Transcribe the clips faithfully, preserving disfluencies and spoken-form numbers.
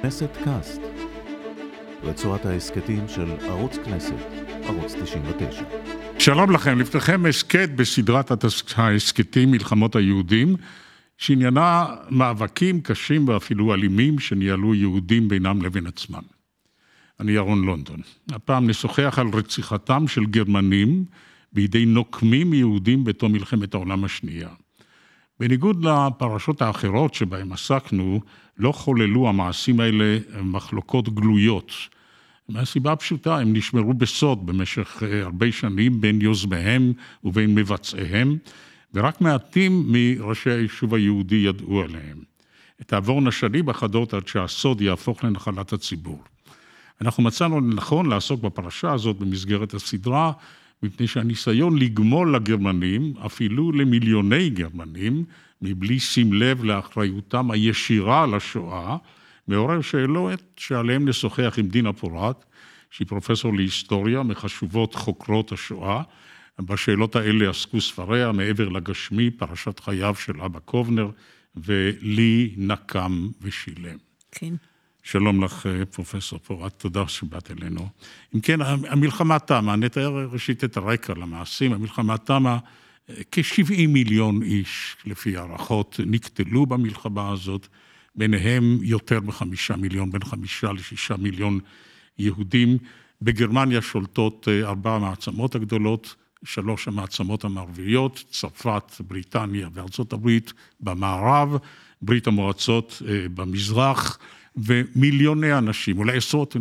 כנסת קאסט, רצועת העסקתים של ערוץ כנסת, ערוץ תשעים ותשע. שלום לכם, לפניכם הסקט בסדרת העסקתים מלחמות היהודים, שעניינה מאבקים קשים ואפילו אלימים שניהלו יהודים בינם לבין עצמם. אני ירון לונדון. הפעם נשוחח על רציחתם של גרמנים בידי נוקמים יהודים בתום מלחמת העולם השנייה. בניגוד לפרשות האחרות שבהם עסקנו, לא חוללו המעשים האלה מחלוקות גלויות. מהסיבה הפשוטה, הם נשמרו בסוד במשך הרבה שנים בין יוזמיהם ובין מבצעיהם, ורק מעטים מראשי היישוב היהודי ידעו עליהם. תעבורנה שנים אחדות עד שהסוד יהפוך לנחלת הציבור. אנחנו מצאנו לנכון לעסוק בפרשה הזאת במסגרת הסדרה, מפני שהניסיון לגמול לגרמנים, אפילו למיליוני גרמנים, מבלי שים לב לאחריותם הישירה לשואה, מעורר שאלות שעליהם נשוחח עם דינה פורת, שהיא פרופסור להיסטוריה מחשובות חוקרות השואה. בשאלות האלה עסקו ספריה מעבר לגשמי, פרשת חייו של אבא קובנר, ולי נקם ושילם. כן. שלום לך, פרופסור פורת, תודה שבאת אלינו. אם כן, המלחמה תמה, נתאר ראשית את הרקע למעשים, המלחמה תמה, כ-שבעים מיליון איש, לפי הערכות, נקטלו במלחמה הזאת, ביניהם יותר מחמישה מיליון, בין חמישה לשישה מיליון יהודים. בגרמניה שולטות ארבע המעצמות הגדולות, שלוש המעצמות המערביות, צרפת, בריטניה וארצות הברית במערב, ברית המועצות במזרח, ומיליוני אנשים, אולי עשרות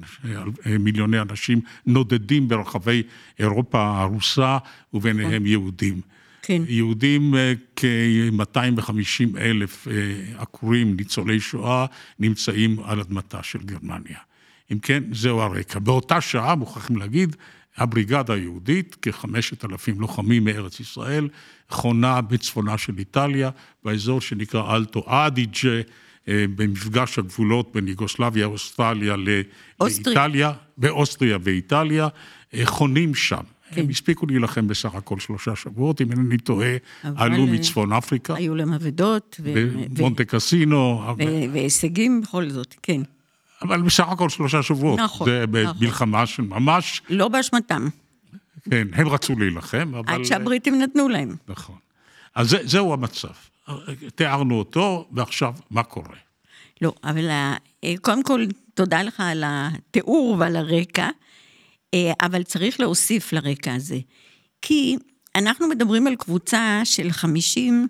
מיליוני אנשים נודדים ברחבי אירופה הרוסה, וביניהם יהודים. כן. יהודים כ-מאתיים וחמישים אלף עקורים, ניצולי שואה, נמצאים על אדמתה של גרמניה. אם כן, זהו הרקע. באותה שעה, מוכרחים להגיד, הבריגדה היהודית, כ-חמשת אלפים לוחמים מארץ ישראל, חונה בצפונה של איטליה, באזור שנקרא אלטו אדיג'ה, במפגש הגבולות בין יוגוסלביה, אוסטרליה לאיטליה, באוסטריה ואיטליה, חונים שם. הם הספיקו להילחם בסך הכל שלושה שבועות, אם אני טועה, עלו מצפון אפריקה. היו להם עבודות. ומונטה קסינו. והישגים בכל זאת, כן. אבל בסך הכל שלושה שבועות. נכון. זה במלחמה של ממש. לא באשמתם. כן, הם רצו להילחם, אבל... עד שהבריטים נתנו להם. נכון. אז זהו המצב. תיארנו אותו, ועכשיו מה קורה? לא, אבל קודם כל, תודה לך על התיאור ועל הרקע, אבל צריך להוסיף לרקע הזה, כי אנחנו מדברים על קבוצה של חמישים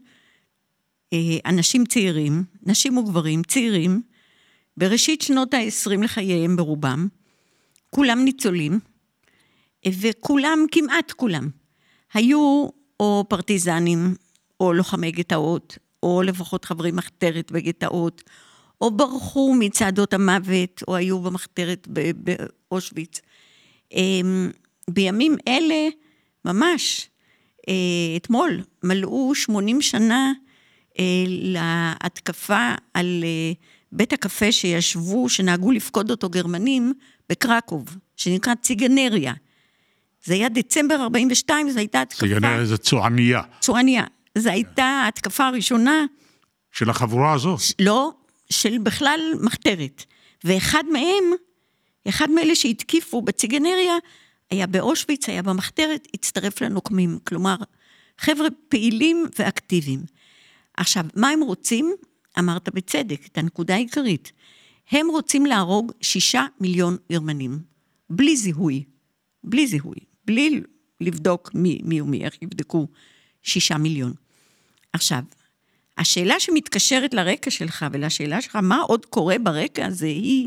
אנשים צעירים, נשים וגברים צעירים, בראשית שנות ה-עשרים לחייהם ברובם, כולם ניצולים, וכולם, כמעט כולם, היו או פרטיזנים, או לוחמי גטאות, או לפחות חברי מחתרת בגטאות, או ברחו מצעדות המוות, או היו במחתרת באושוויץ. בימים אלה, ממש, אתמול, מלאו שמונים שנה להתקפה על בית הקפה שישבו, שנהגו לפקוד אותו גרמנים בקרקוב, שנקרא ציגנריה. זה היה דצמבר ארבעים ושתיים, זו הייתה התקפה... ציגנריה זה צועניה. צועניה. זו הייתה ההתקפה הראשונה... של החבורה הזו? לא, של בכלל מחתרת. ואחד מהם, אחד מאלה שהתקיפו בציגנריה, היה באושוויץ, היה במחתרת, הצטרף לנוקמים. כלומר, חבר'ה פעילים ואקטיביים. עכשיו, מה הם רוצים? אמרת בצדק, את הנקודה העיקרית. הם רוצים להרוג שישה מיליון גרמנים. בלי זיהוי. בלי זיהוי. בלי לבדוק מי, מי ומי, איך יבדקו שישה מיליון. עכשיו, השאלה שמתקשרת לרקע שלך, ולשאלה שלך, מה עוד קורה ברקע הזה, היא,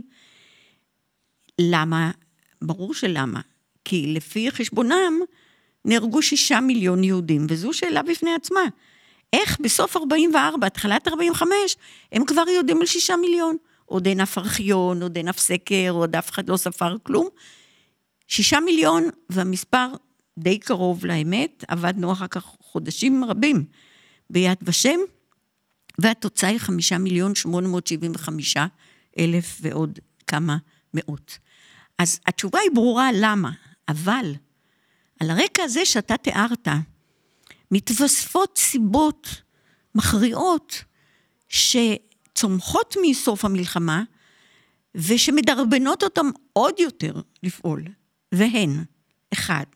למה? ברור שלמה. כי לפי חשבונם, נהרגו שישה מיליון יהודים, וזו שאלה בפני עצמה. איך בסוף ארבעים וארבע, התחלת ארבעים וחמש, הם כבר יודעים על שישה מיליון. עוד אין אף ארכיון, עוד אין אף סקר, עוד אף אחד לא ספר כלום. שישה מיליון, והמספר די קרוב לאמת, עבדנו אחר כך חודשים רבים ביד ושם, והתוצאה היא חמישה מיליון שמונה מאות שבעים וחמישה אלף ועוד כמה מאות. אז התשובה היא ברורה למה, אבל על הרקע הזה שאתה תיארת, מתווספות סיבות מכריעות שצומחות מסוף המלחמה, ושמדרבנות אותם עוד יותר לפעול, והן, אחד.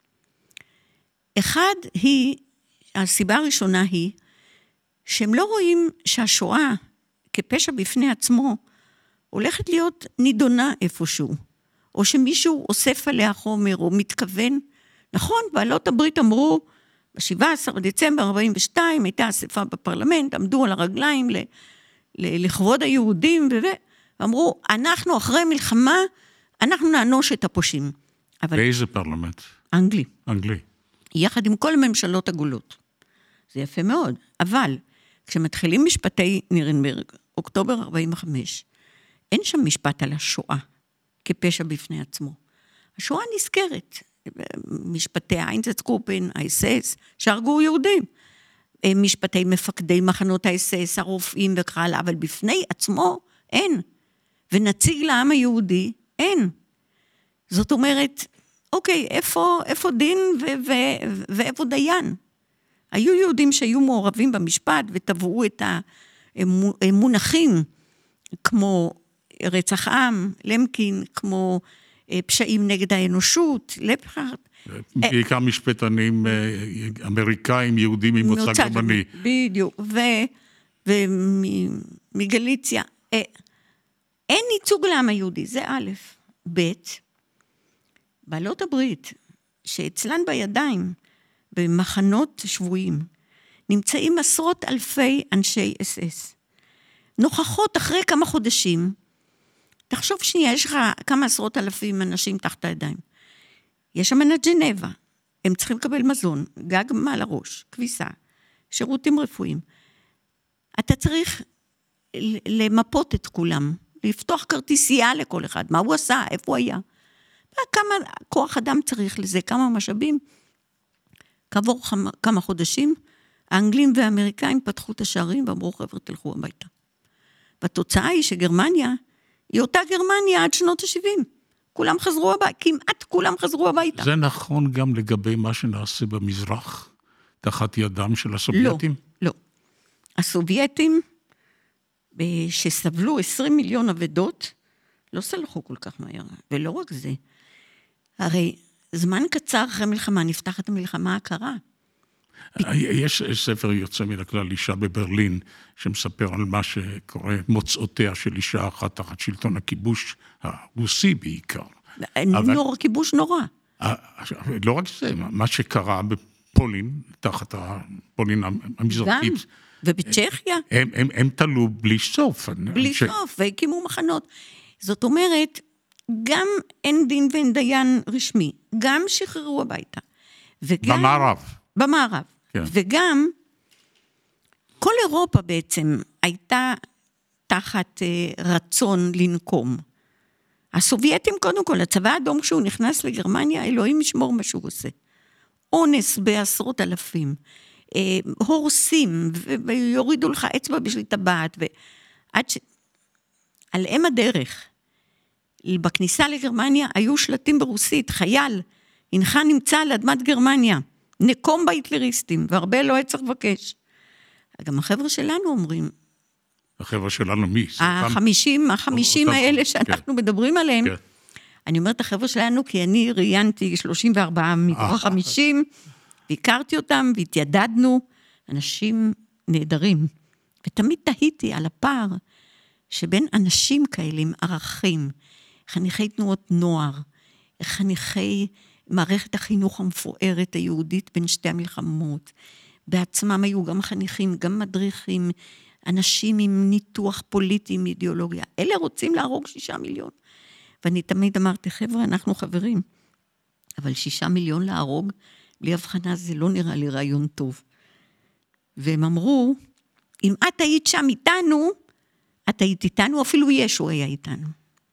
אחד היא, הסיבה הראשונה היא, שהם לא רואים שהשואה, כפשע בפני עצמו, הולכת להיות נידונה איפשהו, או שמישהו אוסף עליה חומר, או מתכוון. נכון, בעלות הברית אמרו, ב-שבעה עשר דצמבר ארבעים ושתיים, הייתה אספה בפרלמנט, עמדו על הרגליים ל, ל, לכבוד היהודים, ואמרו, אנחנו אחרי מלחמה, אנחנו נענוש את הפושעים. אבל... באיזה פרלמנט? אנגלי. אנגלי. יחד עם כל הממשלות הגולות. זה יפה מאוד. אבל, כשמתחילים משפטי נירנברג, אוקטובר ארבעים וחמש, אין שם משפט על השואה, כפשע בפני עצמו. השואה נזכרת. משפטי האיינזצקופן, האס אס, שהרגו יהודים. משפטי מפקדי מחנות האס אס, הרופאים וכך, אבל בפני עצמו אין. ונציג לעם היהודי, אין. זאת אומרת, אוקיי, איפה, איפה דין ו- ו- ואיפה דיין? היו יהודים שהיו מעורבים במשפט וטבעו את המונחים, כמו רצח עם, למקין, כמו פשעים נגד האנושות, לפחת. בעיקר משפטנים אמריקאים, יהודים ממוצא גרמני. בדיוק, ומגליציה. אין ייצוג לעם היהודי, זה א', ב', בעלות הברית, שאצלן בידיים, במחנות שבויים, נמצאים עשרות אלפי אנשי אס אס. נוכחות אחרי כמה חודשים, תחשוב שנייה, יש לך כמה עשרות אלפים אנשים תחת הידיים. יש אמנת ג'נבה, הם צריכים לקבל מזון, גג מעל הראש, כביסה, שירותים רפואיים. אתה צריך למפות את כולם, לפתוח כרטיסייה לכל אחד, מה הוא עשה, איפה הוא היה. כמה כוח אדם צריך לזה, כמה משאבים. כעבור כמה חודשים, האנגלים והאמריקאים פתחו את השערים ואמרו, חבר'ה, תלכו הביתה. והתוצאה היא שגרמניה, היא אותה גרמניה עד שנות ה-שבעים. כולם חזרו הביתה, כמעט כולם חזרו הביתה. זה נכון גם לגבי מה שנעשה במזרח, תחת ידם של הסובייטים? לא, לא. הסובייטים, שסבלו עשרים מיליון אבדות, לא סלחו כל כך מהר. ולא רק זה. הרי זמן קצר אחרי מלחמה, נפתחת המלחמה הקרה. יש ספר יוצא מן הכלל, אישה בברלין, שמספר על מה שקורה, מוצאותיה של אישה אחת תחת שלטון הכיבוש הרוסי בעיקר. נורא, כיבוש נורא. לא רק זה, מה שקרה בפולין, תחת הפולין המזרחית. גם, ובצ'כיה. הם, הם, הם תלו בלי סוף. בלי ש... סוף, והקימו מחנות. זאת אומרת, גם אין דין ואין דיין רשמי, גם שחררו הביתה. וגם... במערב. במערב. כן. וגם, כל אירופה בעצם הייתה תחת אה, רצון לנקום. הסובייטים קודם כל, הצבא האדום כשהוא נכנס לגרמניה, אלוהים ישמור מה שהוא עושה. אונס בעשרות אלפים, אה, הורסים, ויורידו לך אצבע בשביל טבעת, ועד ש... על אם הדרך, בכניסה לגרמניה, היו שלטים ברוסית, חייל, הנך נמצא על אדמת גרמניה, נקום בהיטלריסטים, והרבה לא צריך לבקש. גם החבר'ה שלנו אומרים, החבר'ה שלנו מי? החמישים, החמישים האלה שאנחנו מדברים עליהם, אני אומרת החבר'ה שלנו, כי אני ראיינתי שלושים וארבעה מתוך החמישים, והכרתי אותם, והתיידדנו, אנשים נהדרים, ותמיד תהיתי על הפער, שבין אנשים כאלה עם ערכים, חניכי תנועות נוער, חניכי מערכת החינוך המפוארת היהודית בין שתי המלחמות, בעצמם היו גם חניכים, גם מדריכים, אנשים עם ניתוח פוליטי, עם אידיאולוגיה, אלה רוצים להרוג שישה מיליון. ואני תמיד אמרתי, חבר'ה, אנחנו חברים, אבל שישה מיליון להרוג, בלי הבחנה זה לא נראה לי רעיון טוב. והם אמרו, אם את היית שם איתנו, את היית איתנו, אפילו ישו היה איתנו.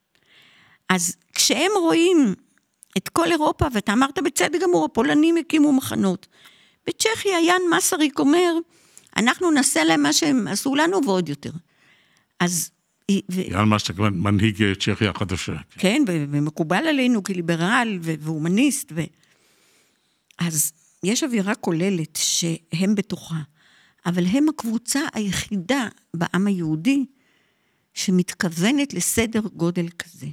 אז כשהם רואים את כל אירופה, ואתה אמרת בצדק גמור, הפולנים הקימו מחנות. בצ'כיה, יאן מסריק אומר, אנחנו נעשה להם מה שהם עשו לנו ועוד יותר. אז... יאן מסריק, מנהיג צ'כיה החדשה. כן, ומקובל עלינו כליברל והומניסט. ו... אז יש אווירה כוללת שהם בתוכה, אבל הם הקבוצה היחידה בעם היהודי, שמתכוונת לסדר גודל כזה.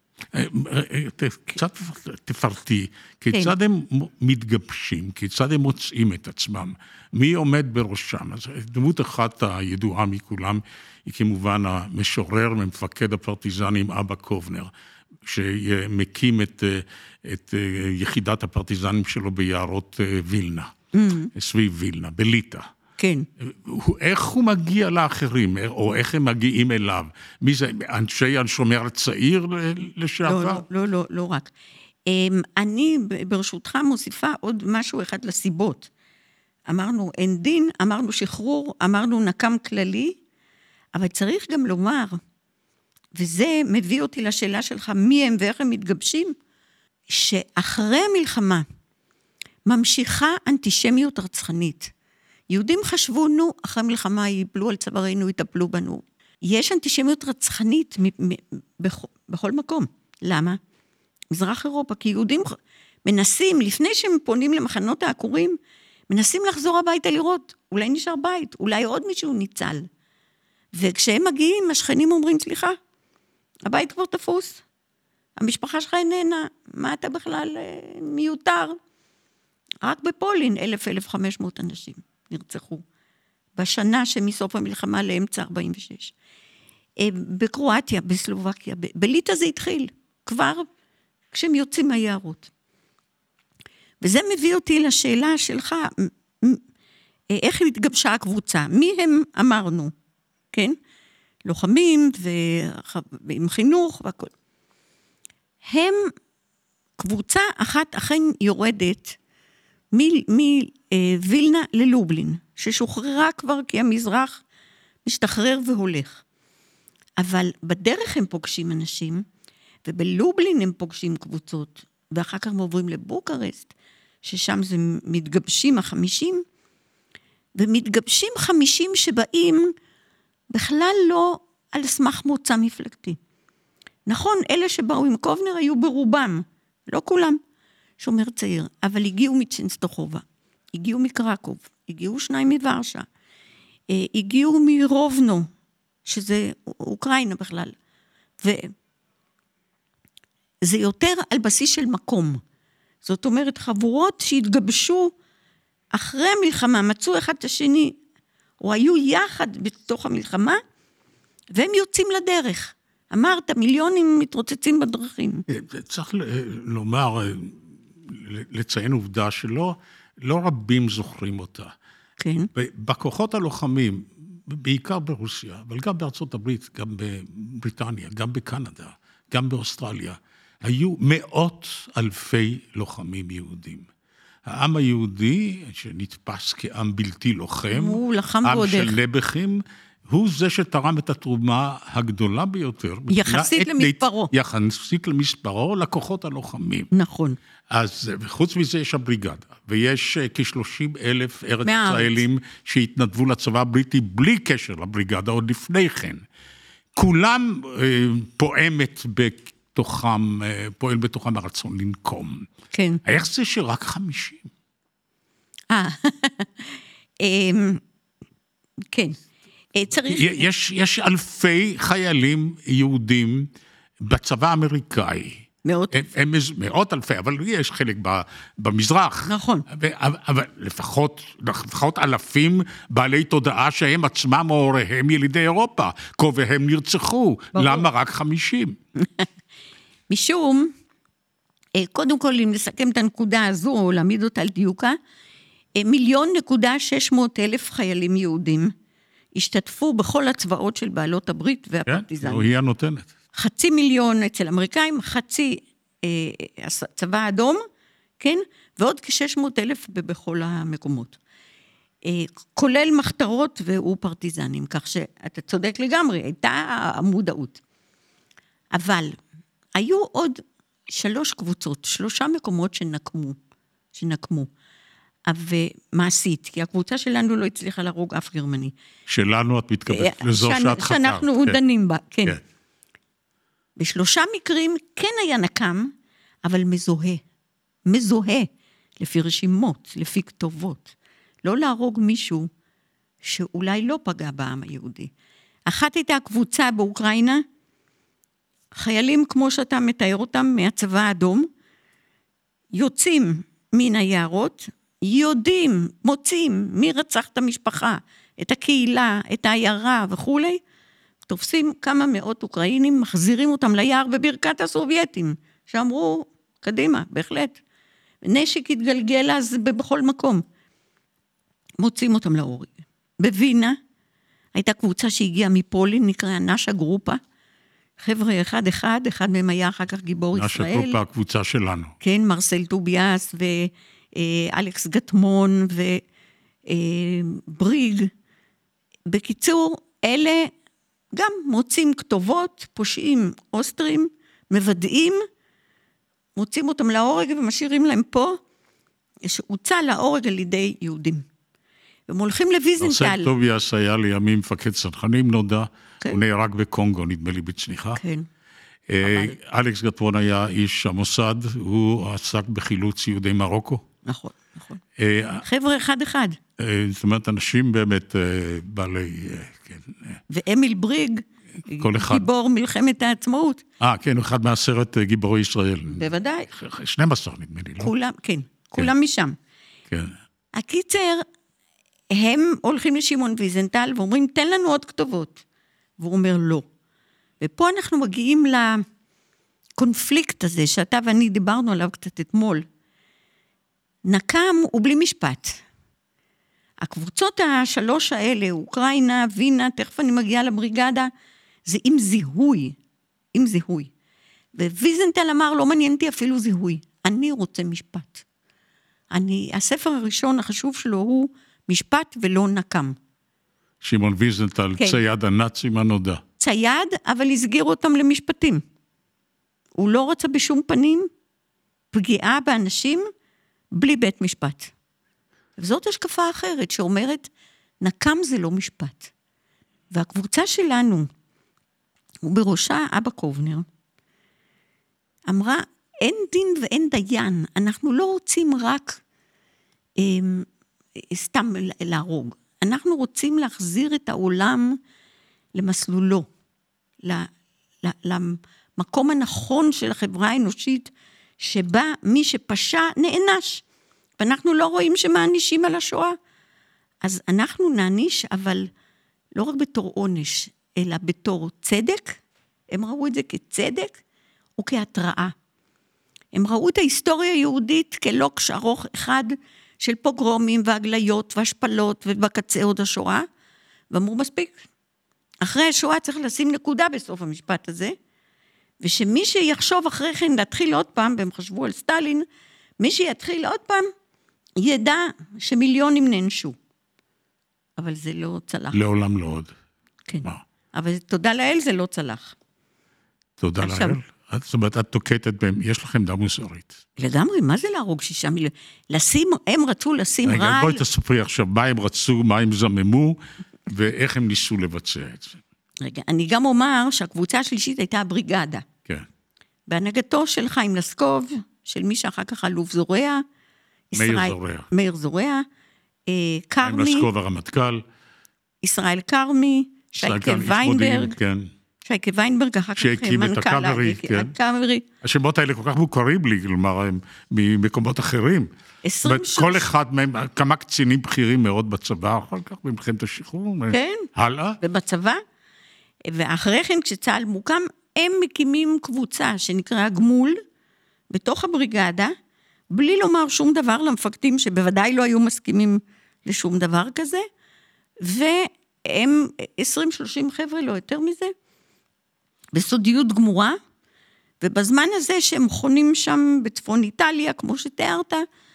קצת תפרטי, כיצד הם מתגבשים, כיצד הם מוצאים את עצמם, מי עומד בראשם? אז דמות אחת הידועה מכולם, היא כמובן המשורר ומפקד הפרטיזנים אבא קובנר, שמקים את, את יחידת הפרטיזנים שלו ביערות וילנה, mm. סביב וילנה, בליטא. כן. איך הוא מגיע לאחרים, או איך הם מגיעים אליו? מי זה, אנשי השומר הצעיר לשעבר? לא, לא, לא, לא רק. אני ברשותך מוסיפה עוד משהו אחד לסיבות. אמרנו אין דין, אמרנו שחרור, אמרנו נקם כללי, אבל צריך גם לומר, וזה מביא אותי לשאלה שלך, מי הם ואיך הם מתגבשים, שאחרי המלחמה ממשיכה אנטישמיות רצחנית. יהודים חשבו, נו, אחרי מלחמה ייפלו על צווארנו, יטפלו בנו. יש אנטישמיות רצחנית בכל, בכל מקום. למה? מזרח אירופה, כי יהודים מנסים, לפני שהם פונים למחנות העקורים, מנסים לחזור הביתה לראות, אולי נשאר בית, אולי עוד מישהו ניצל. וכשהם מגיעים, השכנים אומרים, סליחה, הבית כבר תפוס, המשפחה שלך איננה, מה אתה בכלל מיותר? רק בפולין, אלף, אלף וחמש מאות אנשים נרצחו, בשנה שמסוף המלחמה לאמצע ארבעים ושש. בקרואטיה, בסלובקיה, בליטא זה התחיל, כבר כשהם יוצאים מהיערות. וזה מביא אותי לשאלה שלך, איך התגבשה הקבוצה? מי הם אמרנו? כן? לוחמים ועם חינוך והכל. הם, קבוצה אחת אכן יורדת מווילנה ללובלין, ששוחררה כבר כי המזרח משתחרר והולך. אבל בדרך הם פוגשים אנשים, ובלובלין הם פוגשים קבוצות, ואחר כך הם עוברים לבוקרסט, ששם זה מתגבשים החמישים, ומתגבשים חמישים שבאים בכלל לא על סמך מוצא מפלגתי. נכון, אלה שבאו עם קובנר היו ברובם, לא כולם, שומר צעיר, אבל הגיעו מצ'נסטוחובה, הגיעו מקרקוב, הגיעו שניים מוורשה, הגיעו מרובנו, שזה אוקראינה בכלל, וזה יותר על בסיס של מקום. זאת אומרת, חבורות שהתגבשו אחרי המלחמה, מצאו אחד את השני, או היו יחד בתוך המלחמה, והם יוצאים לדרך. אמרת, מיליונים מתרוצצים בדרכים. צריך לומר, לציין עובדה שלא לא רבים זוכרים אותה. כן. בכוחות הלוחמים, בעיקר ברוסיה, אבל גם בארצות הברית, גם בבריטניה, גם בקנדה, גם באוסטרליה, היו מאות אלפי לוחמים יהודים. העם היהודי, שנתפס כעם בלתי לוחם, הוא לחם עם ועודך. של נבחים, הוא זה שתרם את התרומה הגדולה ביותר. יחסית למספרו. יחסית למספרו, לכוחות הלוחמים. נכון. אז חוץ מזה יש הבריגדה, ויש כ-שלושים אלף ארץ ישראלים שהתנדבו לצבא הבריטי בלי קשר לבריגדה, עוד לפני כן. כולם אה, פועמת בתוכם, אה, פועל בתוכם הרצון לנקום. כן. איך זה שרק חמישים? אה, כן. צריך... יש, יש אלפי חיילים יהודים בצבא האמריקאי. מאות אלפי. הם, הם, מאות אלפי, אבל יש חלק במזרח. נכון. אבל, אבל לפחות, לפחות אלפים בעלי תודעה שהם עצמם או הוריהם ילידי אירופה, והם נרצחו. ברור. למה רק חמישים? משום, קודם כל, אם נסכם את הנקודה הזו, או להעמיד אותה על דיוקה, מיליון נקודה שש מאות אלף חיילים יהודים, השתתפו בכל הצבאות של בעלות הברית והפרטיזנים. כן, היא הנותנת. חצי מיליון אצל אמריקאים, חצי אה, הצבא האדום, כן? ועוד כ-שש מאות אלף בכל המקומות. אה, כולל מחתרות והוא פרטיזנים, כך שאתה צודק לגמרי, הייתה המודעות. אבל היו עוד שלוש קבוצות, שלושה מקומות שנקמו, שנקמו. ומעשית, כי הקבוצה שלנו לא הצליחה להרוג אף גרמני. שלנו את מתכוונת לזו שאת חקרת. שאנחנו דנים בה, כן. בשלושה מקרים כן היה נקם, אבל מזוהה. מזוהה, לפי רשימות, לפי כתובות. לא להרוג מישהו שאולי לא פגע בעם היהודי. אחת הייתה קבוצה באוקראינה, חיילים כמו שאתה מתאר אותם מהצבא האדום, יוצאים מן היערות, יודעים, מוצאים מי רצח את המשפחה, את הקהילה, את העיירה וכו', תופסים כמה מאות אוקראינים, מחזירים אותם ליער בברכת הסובייטים, שאמרו, קדימה, בהחלט. נשק התגלגל אז בכל מקום. מוצאים אותם להורג. בווינה, הייתה קבוצה שהגיעה מפולין, נקרא נשה גרופה, חבר'ה אחד אחד, אחד מהם היה אחר כך גיבור נשה ישראל. גרופה, הקבוצה שלנו. כן, מרסל טוביאס ואלכס גטמון ובריג. בקיצור, אלה גם מוצאים כתובות, פושעים אוסטרים, מבדעים, מוצאים אותם להורג ומשאירים להם פה, שהוצא להורג על ידי יהודים. והם הולכים לויזנטל. מרסל טוביאס היה לימים מפקד צנחנים נודע, כן. הוא נהרג בקונגו, נדמה לי בצניחה. כן. אה, אלכס גטמון היה איש המוסד, הוא עסק בחילוץ יהודי מרוקו. נכון, נכון. אה, חבר'ה אחד אחד. אה, זאת אומרת, אנשים באמת אה, בעלי, אה, כן. אה, ואמיל בריג, כל אחד. גיבור מלחמת העצמאות. אה, כן, אחד מעשרת אה, גיבורי ישראל. בוודאי. שנים עשר נדמה לי, לא? כולם, כן, כולם משם. כן. הקיצר, הם הולכים לשמעון ויזנטל ואומרים, תן לנו עוד כתובות. והוא אומר, לא. ופה אנחנו מגיעים לקונפליקט הזה, שאתה ואני דיברנו עליו קצת אתמול. נקם הוא בלי משפט. הקבוצות השלוש האלה, אוקראינה, וינה, תכף אני מגיעה לבריגדה, זה עם זיהוי, עם זיהוי. וויזנטל אמר, לא מעניינתי אפילו זיהוי, אני רוצה משפט. אני, הספר הראשון החשוב שלו הוא משפט ולא נקם. שמעון ויזנטל, כן. צייד הנאצים הנודע. צייד, אבל הסגירו אותם למשפטים. הוא לא רצה בשום פנים פגיעה באנשים בלי בית משפט. וזאת השקפה אחרת שאומרת, נקם זה לא משפט. והקבוצה שלנו, ובראשה אבא קובנר, אמרה, אין דין ואין דיין, אנחנו לא רוצים רק אה, סתם להרוג, אנחנו רוצים להחזיר את העולם למסלולו, למקום הנכון של החברה האנושית, שבה מי שפשע נענש, ואנחנו לא רואים שמענישים על השואה, אז אנחנו נעניש, אבל לא רק בתור עונש, אלא בתור צדק, הם ראו את זה כצדק, וכהתראה. הם ראו את ההיסטוריה היהודית כלוקש ארוך אחד, של פוגרומים והגליות והשפלות, ובקצה עוד השואה, ואמרו מספיק, אחרי השואה צריך לשים נקודה בסוף המשפט הזה, ושמי שיחשוב אחרי כן להתחיל עוד פעם, והם חשבו על סטלין, מי שיתחיל עוד פעם, ידע שמיליונים נענשו. אבל זה לא צלח. לעולם לא עוד. כן. מה? אבל תודה לאל זה לא צלח. תודה עכשיו- לאל. את- זאת אומרת, את תוקטת בהם, יש לכם עמדה מוסרית. לגמרי, מה זה להרוג שישה מיליון? לשים, הם רצו לשים רגע, רעל, בואי תספרי עכשיו מה הם רצו, מה הם זממו, ואיך הם ניסו לבצע את זה. רגע, אני גם אומר שהקבוצה השלישית הייתה הבריגדה. כן. בהנהגתו של חיים לסקוב, של מי שאחר כך אלוף זורע, מאיר ישראל- זורע. מאיר זורע, אה, עם קרמי, לסקוב הרמטכ"ל, ישראל קרמי, שייקה כאן איש ויינברג, מודיעין, כן. שייקה ויינברג, אחר כך שהקים את מנכ"ל הקאמרי, ה- כן. הקאמרי, השמות האלה כל כך מוכרים לי, כלומר, הם ממקומות אחרים. זאת עשרים אומרת, שש- כל אחד מהם, כמה קצינים בכירים מאוד בצבא, אחר כך במלחמת השחרור. כן. הלאה. ובצבא, ואחרי כן כשצה"ל מוקם, הם מקימים קבוצה שנקרא גמול, בתוך הבריגדה, בלי לומר שום דבר למפקדים שבוודאי לא היו מסכימים לשום דבר כזה, והם עשרים שלושים חבר'ה, לא יותר מזה, בסודיות גמורה, ובזמן הזה שהם חונים שם בצפון איטליה, כמו שתיארת,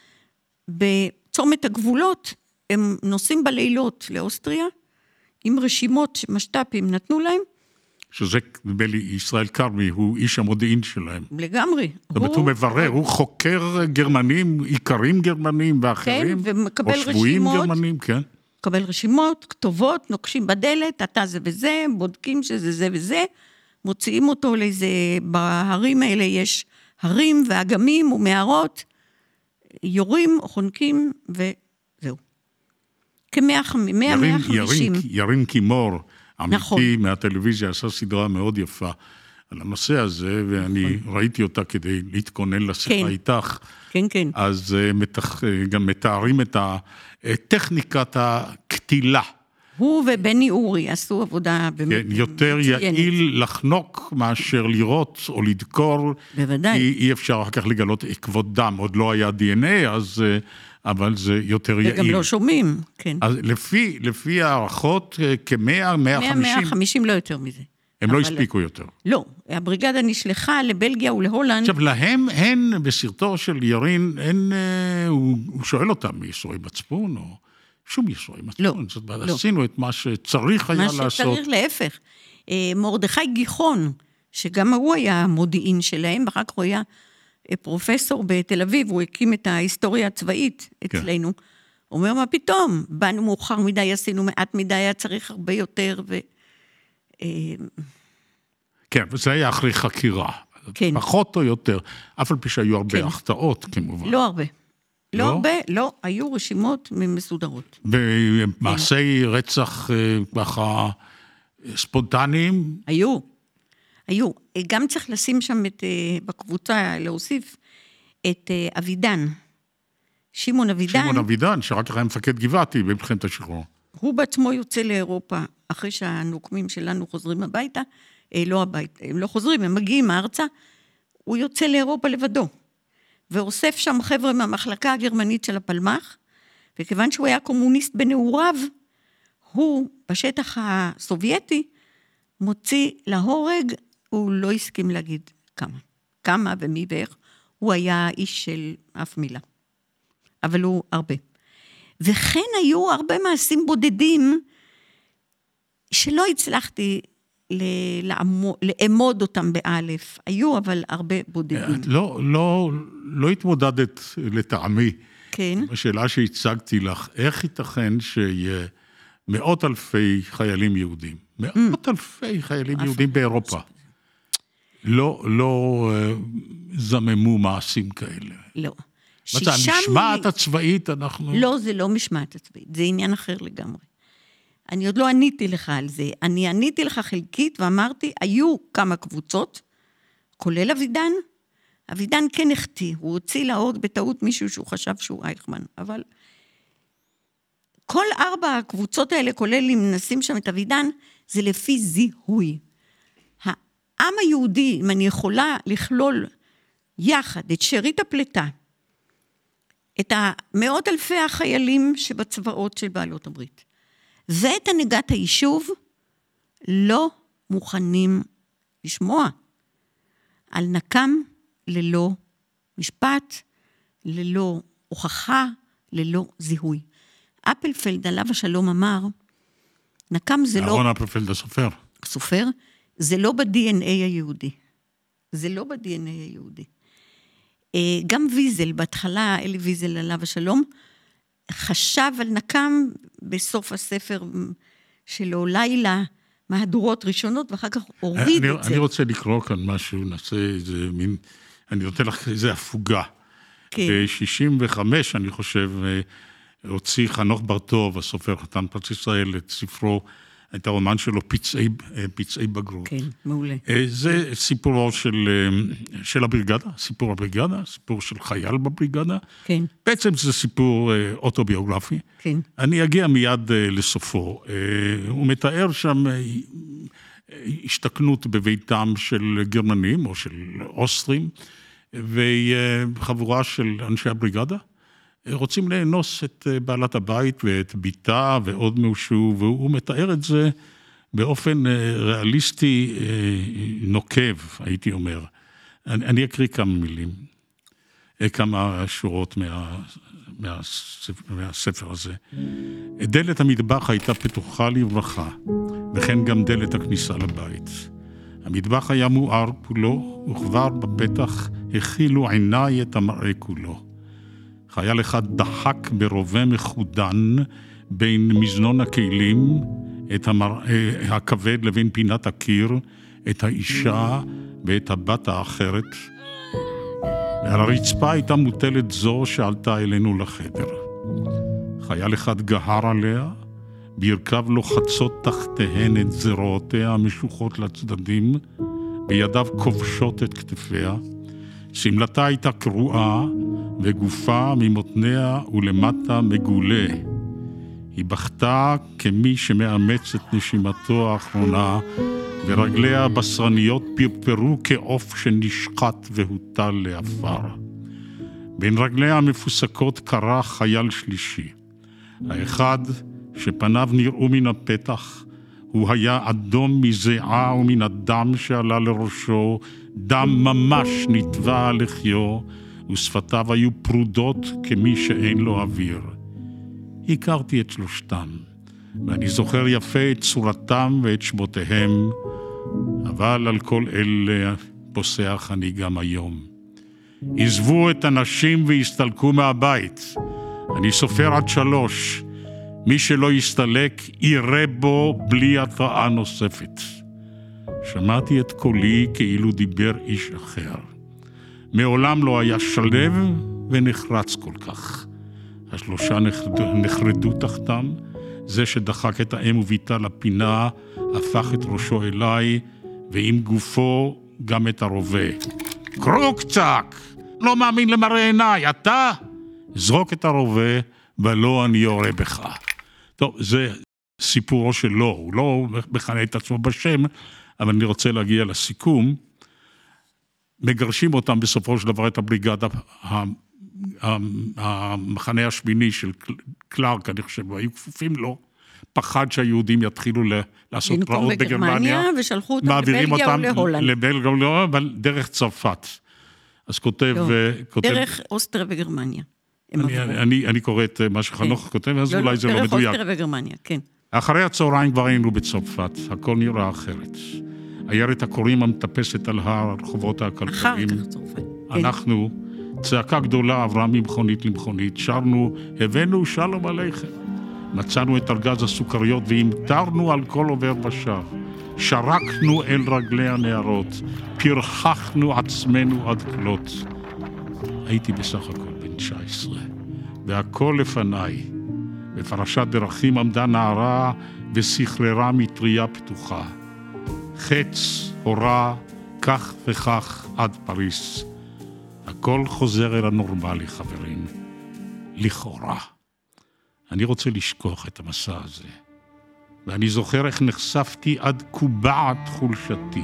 בצומת הגבולות, הם נוסעים בלילות לאוסטריה, עם רשימות שמשת"פים נתנו להם, שזה, נדמה לי, ישראל קרמי, הוא איש המודיעין שלהם. לגמרי. זאת אומרת, הוא מברר, הוא חוקר גרמנים, עיקרים גרמנים ואחרים. כן, ומקבל או שבויים רשימות. גרמנים, כן. מקבל רשימות, כתובות, נוקשים בדלת, אתה זה וזה, בודקים שזה זה וזה, מוציאים אותו לאיזה, בהרים האלה יש הרים ואגמים ומערות, יורים, חונקים, וזהו. כמאה, מאה, מאה ירין, חמישים. ירין, ירין קימור, עמיתי נכון. מהטלוויזיה עשה סדרה מאוד יפה על הנושא הזה, ואני נכון. ראיתי אותה כדי להתכונן לשיחה כן. איתך. כן, כן. אז מתח, גם מתארים את הטכניקת הקטילה. הוא ובני אורי עשו עבודה באמת כן, יותר מצוינת. יעיל לחנוק מאשר לראות או לדקור. בוודאי. כי אי אפשר אחר כך לגלות עקבות דם, עוד לא היה די אן איי, אז, אבל זה יותר וגם יעיל. וגם לא שומעים, כן. אז לפי, לפי הערכות, כ-מאה, מאה וחמישים. מאה, מאה וחמישים לא יותר מזה. הם לא הספיקו יותר. לא, הבריגדה נשלחה לבלגיה ולהולנד. עכשיו, להם הן, בסרטו של ירין, הן, הוא, הוא שואל אותם, יסורי מצפון, או שום יסורי מצפון. לא, זאת אומרת, לא. עשינו את מה שצריך היה לעשות. מה שצריך להפך. מרדכי גיחון, שגם הוא היה המודיעין שלהם, ואחר כך הוא היה פרופסור בתל אביב, הוא הקים את ההיסטוריה הצבאית אצלנו. כן. הוא אומר, מה פתאום? באנו מאוחר מדי, עשינו מעט מדי, היה צריך הרבה יותר, ו... כן, וזה היה אחרי חקירה. כן. פחות או יותר, אף על פי שהיו הרבה כן. החטאות, כמובן. לא הרבה. לא, לא הרבה, לא, היו רשימות מסודרות. במעשי כן. רצח ככה ספונטניים? היו, היו. גם צריך לשים שם את, בקבוצה, להוסיף את אבידן. שמעון אבידן. שמעון אבידן, שרק כך היה מפקד גבעתי במלחמת השחרור. הוא בעצמו יוצא לאירופה, אחרי שהנוקמים שלנו חוזרים הביתה, לא הביתה, הם לא חוזרים, הם מגיעים ארצה, הוא יוצא לאירופה לבדו, ואוסף שם חבר'ה מהמחלקה הגרמנית של הפלמ"ח, וכיוון שהוא היה קומוניסט בנעוריו, הוא בשטח הסובייטי, מוציא להורג, הוא לא הסכים להגיד כמה, כמה ומי ואיך, הוא היה איש של אף מילה, אבל הוא הרבה. וכן היו הרבה מעשים בודדים, שלא הצלחתי לאמוד אותם באלף. היו אבל הרבה בודדים. לא, לא, לא התמודדת לטעמי. כן. השאלה שהצגתי לך, איך ייתכן שיהיה מאות אלפי חיילים יהודים, מאות אלפי חיילים יהודים באירופה, לא, לא זממו מעשים כאלה? לא. מה זה, המשמעת הצבאית אנחנו... לא, זה לא משמעת הצבאית, זה עניין אחר לגמרי. אני עוד לא עניתי לך על זה, אני עניתי לך חלקית ואמרתי, היו כמה קבוצות, כולל אבידן, אבידן כן החטיא, הוא הוציא להורג בטעות מישהו שהוא חשב שהוא אייכמן, אבל כל ארבע הקבוצות האלה, כולל אם נשים שם את אבידן, זה לפי זיהוי. העם היהודי, אם אני יכולה לכלול יחד את שארית הפלטה, את המאות אלפי החיילים שבצבאות של בעלות הברית, ואת הנהגת היישוב, לא מוכנים לשמוע על נקם ללא משפט, ללא הוכחה, ללא זיהוי. אפלפלד עליו השלום אמר, נקם זה לא... אהרון אפלפלד הסופר. סופר, זה לא ב-די אן איי היהודי. זה לא ב-די אן איי היהודי. גם ויזל, בהתחלה, אלי ויזל עליו השלום, חשב על נקם בסוף הספר שלו, לילה, מהדורות ראשונות, ואחר כך הוריד אני, את זה. אני רוצה לקרוא כאן משהו, נעשה איזה מין, אני נותן לך איזה הפוגה. כן. ב-שישים וחמש, אני חושב, הוציא חנוך בר-טוב, הסופר חתן פרס ישראל, את ספרו, את הרומן שלו, פצעי, פצעי בגרות. כן, מעולה. זה סיפורו של, של הבריגדה, סיפור הבריגדה, סיפור של חייל בבריגדה. כן. בעצם זה סיפור אוטוביוגרפי. כן. אני אגיע מיד לסופו. הוא מתאר שם השתכנות בביתם של גרמנים או של אוסטרים, וחבורה של אנשי הבריגדה. רוצים לאנוס את בעלת הבית ואת ביתה ועוד משהו, והוא מתאר את זה באופן ריאליסטי נוקב, הייתי אומר. אני, אני אקריא כמה מילים, כמה שורות מה, מהספר, מהספר הזה. דלת המטבח הייתה פתוחה לרווחה, וכן גם דלת הכניסה לבית. המטבח היה מואר כולו, וכבר בפתח הכילו עיניי את המראה כולו. חייל אחד דחק ברובה מחודן בין מזנון הכלים, את המראה הכבד לבין פינת הקיר, את האישה ואת הבת האחרת. ועל הרצפה הייתה מוטלת זו שעלתה אלינו לחדר. חייל אחד גהר עליה, ברכב לוחצות תחתיהן את זרועותיה המשוכות לצדדים, בידיו כובשות את כתפיה. שמלתה הייתה קרועה, וגופה ממותניה ולמטה מגולה. היא בכתה כמי שמאמץ את נשימתו האחרונה, ורגליה הבשרניות פרפרו כעוף שנשחט והוטל לעפר. בין רגליה המפוסקות קרא חייל שלישי. האחד שפניו נראו מן הפתח, הוא היה אדום מזיעה ומן הדם שעלה לראשו, דם ממש נטבע על לחיו, ושפתיו היו פרודות כמי שאין לו אוויר. הכרתי את שלושתם, ואני זוכר יפה את צורתם ואת שמותיהם, אבל על כל אלה פוסח אני גם היום. עזבו את הנשים והסתלקו מהבית. אני סופר עד שלוש. מי שלא יסתלק יראה בו בלי התראה נוספת. שמעתי את קולי כאילו דיבר איש אחר. מעולם לא היה שלב ונחרץ כל כך. השלושה נחרדו תחתם, זה שדחק את האם וביתה לפינה, הפך את ראשו אליי, ועם גופו גם את הרובה. קרוקצק! לא מאמין למראה עיניי, אתה? זרוק את הרובה, ולא אני יורה בך. טוב, זה סיפורו שלו, הוא לא מכנה את עצמו בשם, אבל אני רוצה להגיע לסיכום. מגרשים אותם בסופו של דבר את הבריגדה, המחנה השמיני של קלארק, אני חושב, היו כפופים לו, פחד שהיהודים יתחילו לעשות רעות בגרמניה, ושלחו אותם לבלגיה ולהולנד. לבלגיה ולהולנד, אבל דרך צרפת. אז כותב... דרך אוסטריה וגרמניה. אני קורא את מה שחנוך כותב, אז אולי זה לא מדויק. דרך אוסטריה וגרמניה, כן. אחרי הצהריים כבר היינו בצרפת, הכל נראה אחרת. עיירת הקוראים המטפסת על הרחובות הכלכליים. אחר כך צרפת. אנחנו, צעקה גדולה עברה ממכונית למכונית, שרנו, הבאנו שלום עליכם. מצאנו את ארגז הסוכריות והמטרנו על כל עובר ושב. שרקנו אל רגלי הנערות, פרחחנו עצמנו עד כלות. הייתי בסך הכל בן תשע עשרה, והכל לפניי. בפרשת דרכים עמדה נערה וסחררה מטריה פתוחה. חץ, הורה, כך וכך עד פריס. הכל חוזר אל הנורמלי, חברים. לכאורה. אני רוצה לשכוח את המסע הזה. ואני זוכר איך נחשפתי עד קובעת חולשתי.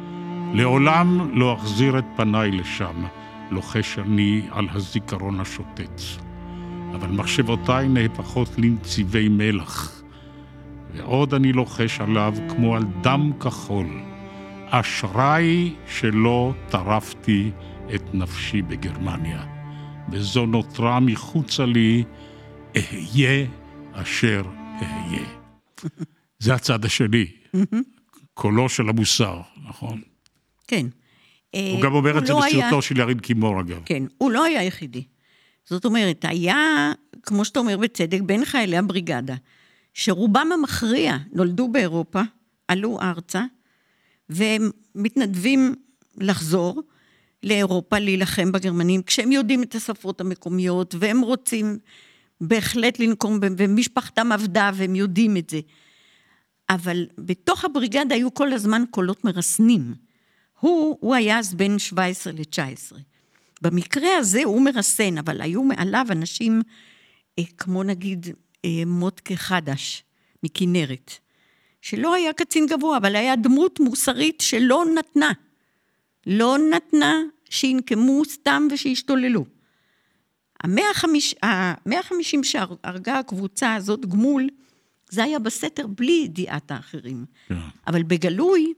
לעולם לא אחזיר את פניי לשם, לוחש אני על הזיכרון השוטט. אבל מחשבותיי נהפכות לנציבי מלח. ועוד אני לוחש עליו כמו על דם כחול. אשריי שלא טרפתי את נפשי בגרמניה. וזו נותרה מחוצה לי, אהיה אשר אהיה. זה הצד השני. קולו של המוסר, נכון? כן. הוא גם אומר את זה בסרטו של ירין קימור, אגב. כן, הוא לא היה יחידי. זאת אומרת, היה, כמו שאתה אומר בצדק, בין חיילי הבריגדה, שרובם המכריע נולדו באירופה, עלו ארצה, והם מתנדבים לחזור לאירופה, להילחם בגרמנים, כשהם יודעים את השפות המקומיות, והם רוצים בהחלט לנקום, ומשפחתם עבדה, והם יודעים את זה. אבל בתוך הבריגדה היו כל הזמן קולות מרסנים. הוא, הוא היה אז בין שבע עשרה לתשע עשרה. במקרה הזה הוא מרסן, אבל היו מעליו אנשים, אה, כמו נגיד אה, מוטקה חדש, מכינרת, שלא היה קצין גבוה, אבל היה דמות מוסרית שלא נתנה. לא נתנה שינקמו סתם ושישתוללו. המאה וחמישים שהרגה הקבוצה הזאת גמול, זה היה בסתר בלי ידיעת האחרים. Yeah. אבל בגלוי,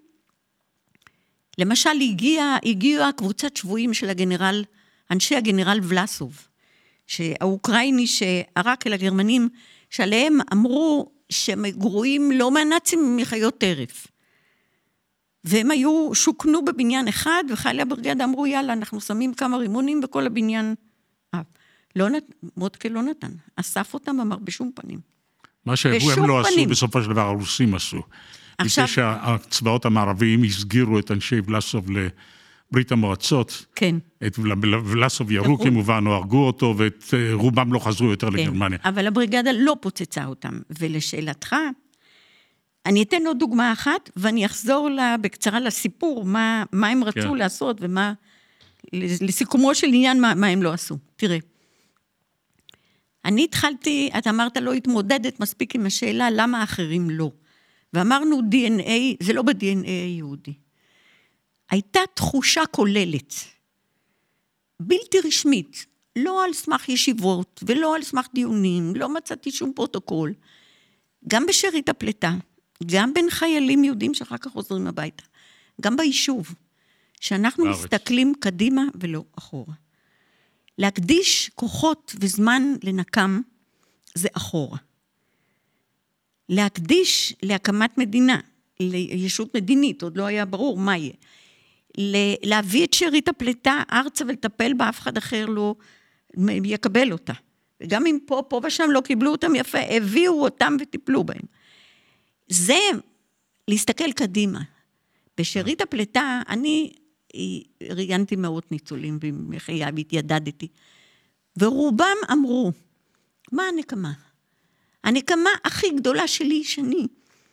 למשל הגיעה, הגיעה קבוצת שבויים של הגנרל, אנשי הגנרל ולסוב, שהאוקראיני שערק אל הגרמנים, שעליהם אמרו שהם גרועים לא מהנאצים מחיות טרף. והם היו, שוכנו בבניין אחד, וחיילי הבריגדה אמרו, יאללה, אנחנו שמים כמה רימונים בכל הבניין. אה, לא נת... מוטקה לא נתן, אסף אותם, אמר בשום פנים. מה שהבו הם לא עשו, בסופו של דבר הרוסים עשו. עכשיו... לפני שהצבאות המערביים הסגירו את אנשי ולסוב ברית המועצות. כן. את ולסוב ירו כמובן, או הרגו אותו, ואת רובם לא חזרו יותר כן. לגרמניה. אבל הבריגדה לא פוצצה אותם. ולשאלתך, אני אתן עוד דוגמה אחת, ואני אחזור לה, בקצרה לסיפור, מה, מה הם רצו כן. לעשות, ומה, לסיכומו של עניין, מה, מה הם לא עשו. תראה, אני התחלתי, אתה אמרת, לא התמודדת מספיק עם השאלה, למה האחרים לא. ואמרנו די אן איי, זה לא ב-די אן איי היהודי. הייתה תחושה כוללת, בלתי רשמית, לא על סמך ישיבות, ולא על סמך דיונים, לא מצאתי שום פרוטוקול, גם בשארית הפלטה, גם בין חיילים יהודים שאחר כך חוזרים הביתה, גם ביישוב, שאנחנו בארץ. מסתכלים קדימה ולא אחורה. להקדיש כוחות וזמן לנקם, זה אחורה. להקדיש להקמת מדינה, לישות מדינית, עוד לא היה ברור מה יהיה. להביא את שארית הפלטה ארצה ולטפל בה, אף אחד אחר לא יקבל אותה. וגם אם פה, פה ושם לא קיבלו אותם יפה, הביאו אותם וטיפלו בהם. זה להסתכל קדימה. בשארית הפלטה, אני ראיינתי מאות ניצולים, ומחייה והתיידדתי. ורובם אמרו, מה הנקמה? הנקמה הכי גדולה שלי, שאני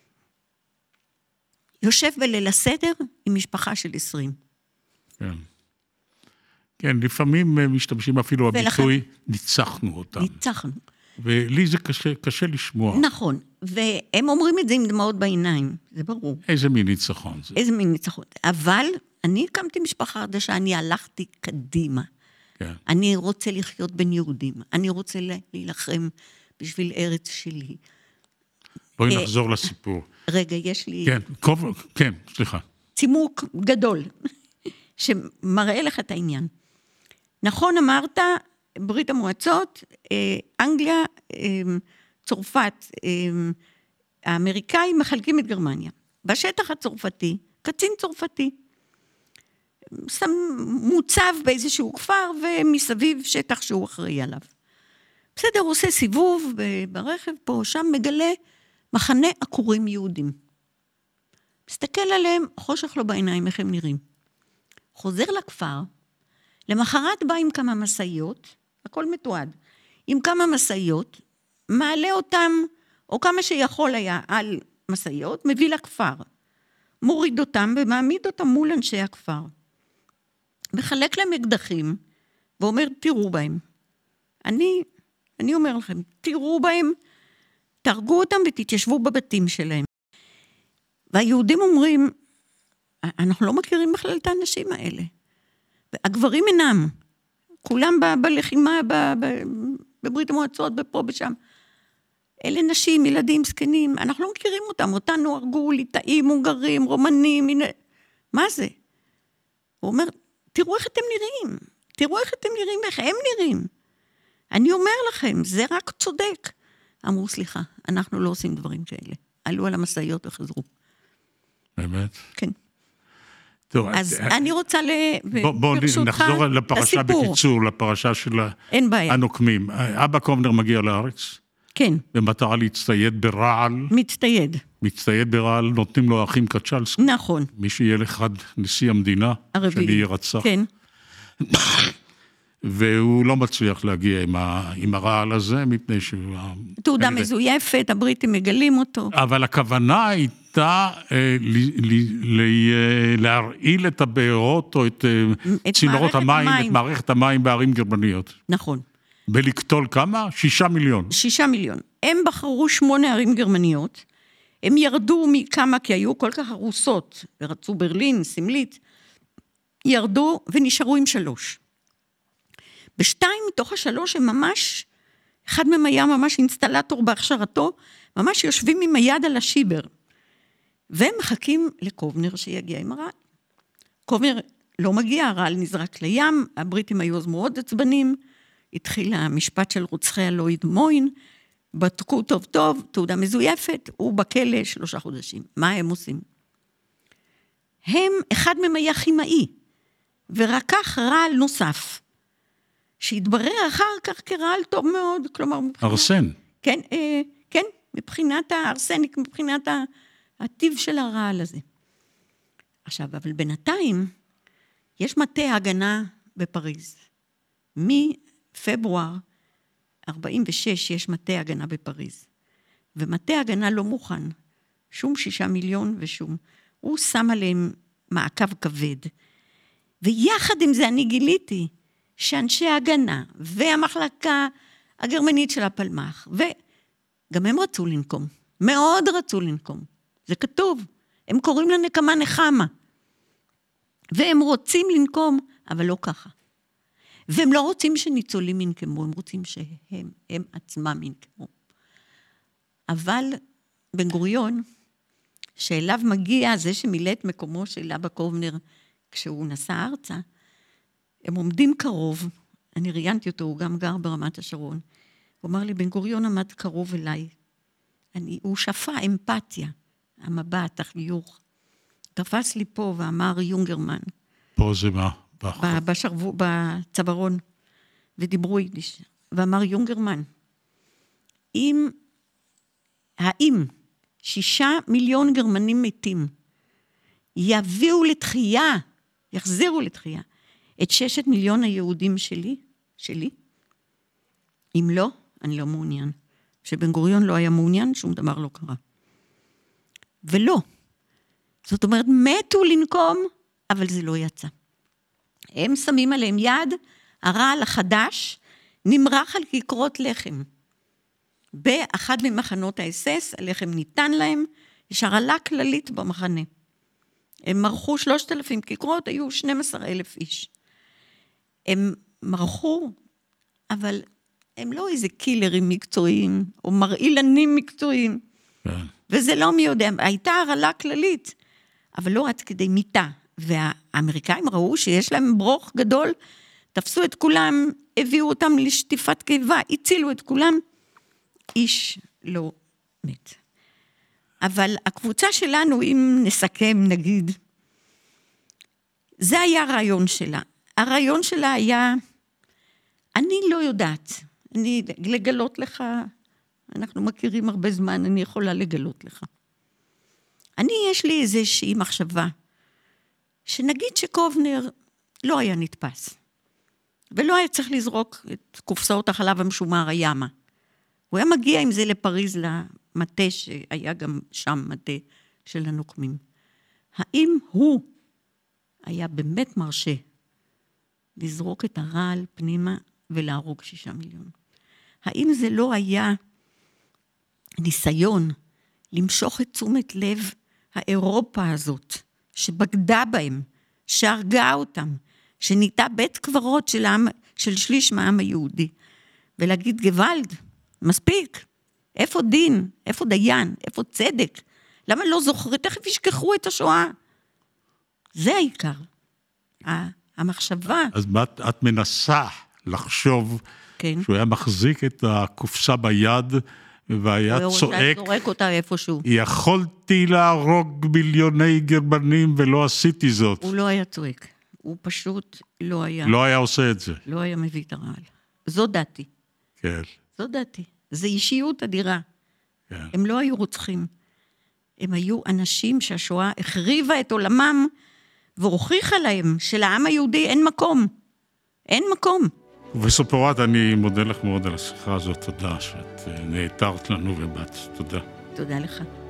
יושב בליל הסדר עם משפחה של עשרים. כן. כן, לפעמים משתמשים אפילו הביטוי, ניצחנו אותם. ניצחנו. ולי זה קשה, קשה לשמוע. נכון, והם אומרים את זה עם דמעות בעיניים, זה ברור. איזה מין ניצחון זה. איזה מין ניצחון. אבל אני הקמתי משפחה חדשה, אני הלכתי קדימה. כן. אני רוצה לחיות בין יהודים, אני רוצה להילחם בשביל ארץ שלי. בואי נחזור לסיפור. רגע, יש לי... כן, כן, סליחה. צימוק גדול, שמראה לך את העניין. נכון אמרת, ברית המועצות, אנגליה, צרפת, האמריקאים מחלקים את גרמניה. בשטח הצרפתי, קצין צרפתי, מוצב באיזשהו כפר, ומסביב שטח שהוא אחראי עליו. בסדר, הוא עושה סיבוב ברכב פה, שם מגלה מחנה עקורים יהודים. מסתכל עליהם, חושך לו בעיניים, איך הם נראים. חוזר לכפר, למחרת בא עם כמה מסעיות, הכל מתועד, עם כמה מסעיות, מעלה אותם, או כמה שיכול היה על מסעיות, מביא לכפר, מוריד אותם ומעמיד אותם מול אנשי הכפר. מחלק להם אקדחים, ואומר, תראו בהם. אני, אני אומר לכם, תראו בהם, תרגו אותם ותתיישבו בבתים שלהם. והיהודים אומרים, אנחנו לא מכירים בכלל את האנשים האלה. הגברים אינם, כולם ב- בלחימה, ב- ב- בברית המועצות, בפה, בשם. אלה נשים, ילדים, זקנים, אנחנו לא מכירים אותם, אותנו הרגו, ליטאים, הונגרים, רומנים, הנה, מה זה? הוא אומר, תראו איך אתם נראים, תראו איך אתם נראים, איך הם נראים. אני אומר לכם, זה רק צודק. אמרו, סליחה, אנחנו לא עושים דברים כאלה. עלו על המשאיות וחזרו. באמת? כן. טוב, אז אני רוצה ל... בואו נחזור לפרשה בקיצור, לפרשה של הנוקמים. אבא קובנר מגיע לארץ. כן. במטרה להצטייד ברעל. מצטייד. מצטייד ברעל, נותנים לו האחים קצ'לסקי. נכון. מי שיהיה לך נשיא המדינה. הרביעי. שלי ירצח. כן. והוא לא מצליח להגיע עם, ה, עם הרעל הזה, מפני שהוא... תעודה כנראה... מזויפת, הבריטים מגלים אותו. אבל הכוונה הייתה אה, ל, ל, ל, להרעיל את הבארות, או את, את צינורות המים, המים, את מערכת המים בערים גרמניות. נכון. בלקטול כמה? שישה מיליון. שישה מיליון. הם בחרו שמונה ערים גרמניות, הם ירדו מכמה, כי היו כל כך הרוסות, ורצו ברלין, סמלית, ירדו ונשארו עם שלוש. בשתיים מתוך השלוש הם ממש, אחד מהם היה ממש אינסטלטור בהכשרתו, ממש יושבים עם היד על השיבר, והם מחכים לקובנר שיגיע עם הרעל. קובנר לא מגיע, הרעל נזרק לים, הבריטים היו אז מאוד עצבנים, התחיל המשפט של רוצחי הלויד מוין, בדקו טוב טוב, תעודה מזויפת, הוא בכלא שלושה חודשים. מה הם עושים? הם, אחד מהם היה כימאי, ורקח רעל נוסף, שהתברר אחר כך כרעל טוב מאוד, כלומר... מבחינת, ארסן. כן, אה, כן, מבחינת הארסניק, מבחינת הטיב של הרעל הזה. עכשיו, אבל בינתיים, יש מטה הגנה בפריז. מפברואר ארבעים ושש יש מטה הגנה בפריז. ומטה הגנה לא מוכן. שום שישה מיליון ושום. הוא שם עליהם מעקב כבד. ויחד עם זה אני גיליתי שאנשי ההגנה והמחלקה הגרמנית של הפלמ"ח, וגם הם רצו לנקום. מאוד רצו לנקום. זה כתוב. הם קוראים לנקמה נחמה. והם רוצים לנקום, אבל לא ככה. והם לא רוצים שניצולים ינקמו, הם רוצים שהם, הם עצמם ינקמו. אבל בן גוריון, שאליו מגיע זה שמילא את מקומו של אבא קובנר, כשהוא נסע ארצה, הם עומדים קרוב, אני ראיינתי אותו, הוא גם גר ברמת השרון, הוא אמר לי, בן גוריון עמד קרוב אליי, אני, הוא שפה אמפתיה, המבט, החיוך, תפס לי פה ואמר יונגרמן. פה זה מה? בשרבו, בצווארון, ודיברו יידיש, ואמר יונגרמן, אם, האם שישה מיליון גרמנים מתים, יביאו לתחייה, יחזירו לתחייה, את ששת מיליון היהודים שלי, שלי? אם לא, אני לא מעוניין. שבן גוריון לא היה מעוניין, שום דבר לא קרה. ולא. זאת אומרת, מתו לנקום, אבל זה לא יצא. הם שמים עליהם יד, הרעל החדש, נמרח על כיכרות לחם. באחד ממחנות האס-אס, הלחם ניתן להם, יש הרעלה כללית במחנה. הם מרחו שלושת אלפים כיכרות, היו שנים עשר אלף איש. הם מרחו, אבל הם לא איזה קילרים מקצועיים, או מרעילנים מקצועיים. כן. וזה לא מי יודע, הייתה הרעלה כללית, אבל לא עד כדי מיטה. והאמריקאים ראו שיש להם ברוך גדול, תפסו את כולם, הביאו אותם לשטיפת קיבה, הצילו את כולם, איש לא מת. אבל הקבוצה שלנו, אם נסכם נגיד, זה היה הרעיון שלה. הרעיון שלה היה, אני לא יודעת, אני לגלות לך, אנחנו מכירים הרבה זמן, אני יכולה לגלות לך. אני, יש לי איזושהי מחשבה, שנגיד שקובנר לא היה נתפס, ולא היה צריך לזרוק את קופסאות החלב המשומר הימה. הוא היה מגיע עם זה לפריז למטה, שהיה גם שם מטה של הנוקמים. האם הוא היה באמת מרשה לזרוק את הרעל פנימה ולהרוג שישה מיליון? האם זה לא היה ניסיון למשוך את תשומת לב האירופה הזאת, שבגדה בהם, שהרגה אותם, שניתה בית קברות של, העם, של שליש מהעם היהודי, ולהגיד גוואלד, מספיק, איפה דין, איפה דיין, איפה צדק, למה לא זוכרים, תכף ישכחו את השואה, זה העיקר, המחשבה. אז את, את מנסה לחשוב, כן. שהוא היה מחזיק את הקופסה ביד, והיה צועק, זורק אותה איפשהו. יכולתי להרוג מיליוני גרמנים ולא עשיתי זאת. הוא לא היה צועק, הוא פשוט לא היה. לא היה עושה את זה. לא היה מביא את הרעל. זו דעתי. כן. זו דעתי. זו אישיות אדירה. כן. הם לא היו רוצחים. הם היו אנשים שהשואה החריבה את עולמם, והוכיחה להם שלעם היהודי אין מקום. אין מקום. פרופסור פורת, אני מודה לך מאוד על השיחה הזאת. תודה שאת נעתרת לנו ובאת. תודה. תודה לך.